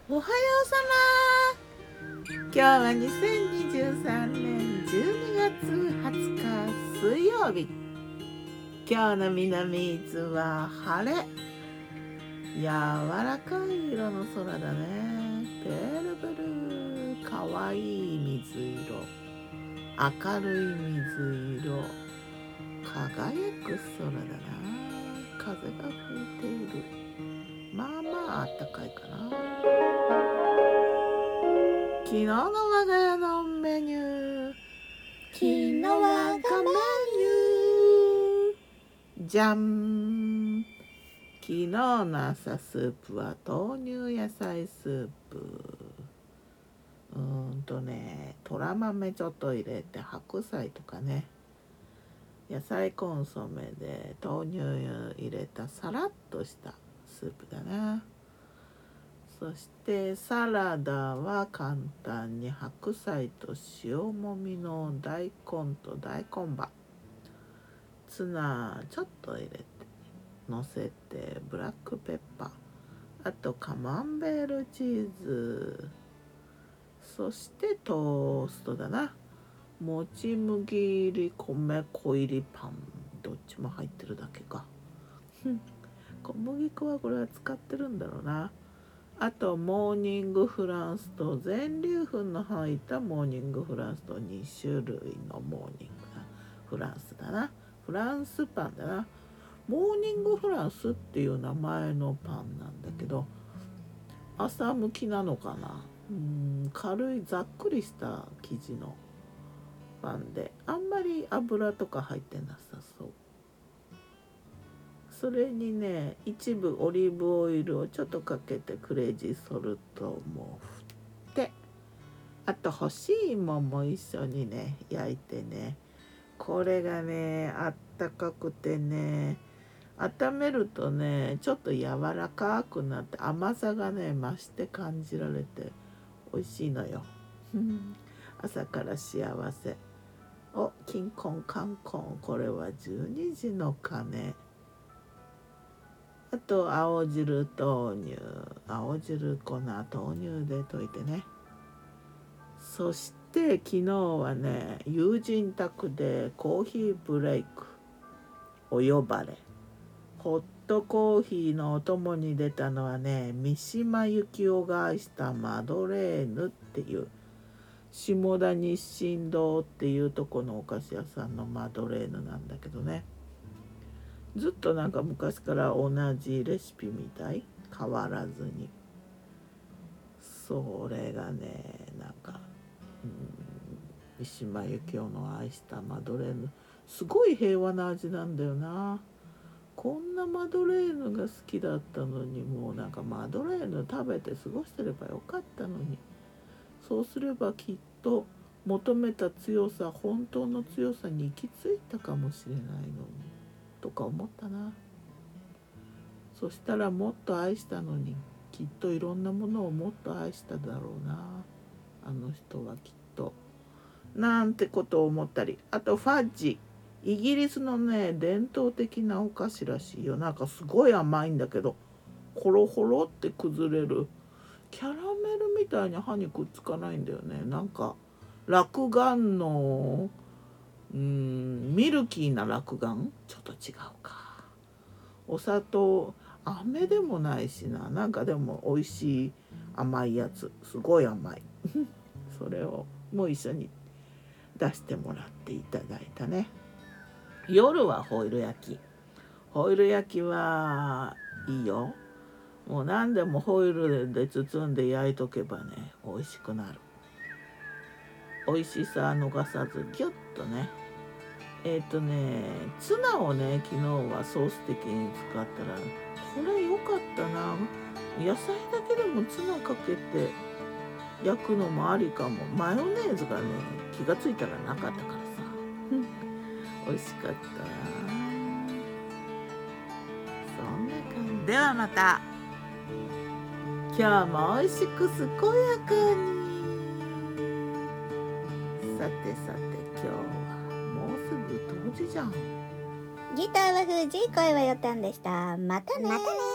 おはようさま。今日は2023年12月20日水曜日。今日の南伊豆は晴れ。柔らかい色の空だね。ペールブルー、かわいい水色、明るい水色、輝く空だな。風が吹いている。まあまああったかいかな。昨日の我が家のメニュー。昨日我がメニュー。じゃん。昨日の朝スープは豆乳野菜スープ。とら豆ちょっと入れて白菜とかね。野菜コンソメで豆乳入れたサラッとしたスープだな。そしてサラダは簡単に白菜と塩もみの大根と大根葉、ツナちょっと入れてのせて、ブラックペッパー、あとカマンベールチーズ、そしてトーストだな。もち麦入り米粉入りパン、どっちも入ってるだけか。小麦粉はこれは使ってるんだろうな。あとモーニングフランスと全粒粉の入ったモーニングフランスと2種類のモーニングフランスだな。フランスパンだな。モーニングフランスっていう名前のパンなんだけど、朝向きなのかな。軽いざっくりした生地のパンで、あんまり油とか入ってなさそう。それにね、一部オリーブオイルをちょっとかけてクレイジーソルトも振って、あと干し芋も一緒にね焼いてね、これがねあったかくてね、温めるとねちょっと柔らかくなって甘さがね増して感じられて美味しいのよ。朝から幸せ。お、金婚観婚、これは12時の鐘。あと青汁豆乳、青汁粉豆乳で溶いてね。そして昨日はね、友人宅でコーヒーブレイク、お呼ばれ。ホットコーヒーのお供に出たのはね、三島由紀夫が愛したマドレーヌっていう下田日進堂っていうとこのお菓子屋さんのマドレーヌなんだけどね、ずっとなんか昔から同じレシピみたい、変わらずに。それがねなんか、三島由紀夫の愛したマドレーヌ、すごい平和な味なんだよな。こんなマドレーヌが好きだったのに、もうなんかマドレーヌ食べて過ごしてればよかったのに。そうすればきっと求めた強さ、本当の強さに行き着いたかもしれないのにとか思ったな。そしたらもっと愛したのに、きっといろんなものをもっと愛しただろうな、あの人はきっと。なんてことを思ったり、あとファッジ、イギリスのね伝統的なお菓子らしいよ。なんかすごい甘いんだけど、ホロホロって崩れる、キャラメルみたいに歯にくっつかないんだよね。なんか落雁のミルキーな落雁、ちょっと違うか。お砂糖、飴でもないしな、なんかでも美味しい甘いやつ、すごい甘いそれをもう一緒に出してもらっていただいたね。夜はホイル焼き。ホイル焼きはいいよ。もう何でもホイルで包んで焼いとけばね美味しくなる。美味しさ逃さずギュッとね。ツナをね昨日はソース的に使ったら、これ良かったな。野菜だけでもツナかけて焼くのもありかも。マヨネーズがね気がついたらなかったからさ美味しかったな。そんな感じではまた。今日も美味しく健やかに。さてさて今日はもうすぐ冬至じゃん。 ギターは藤井、声はよたんでした。またね。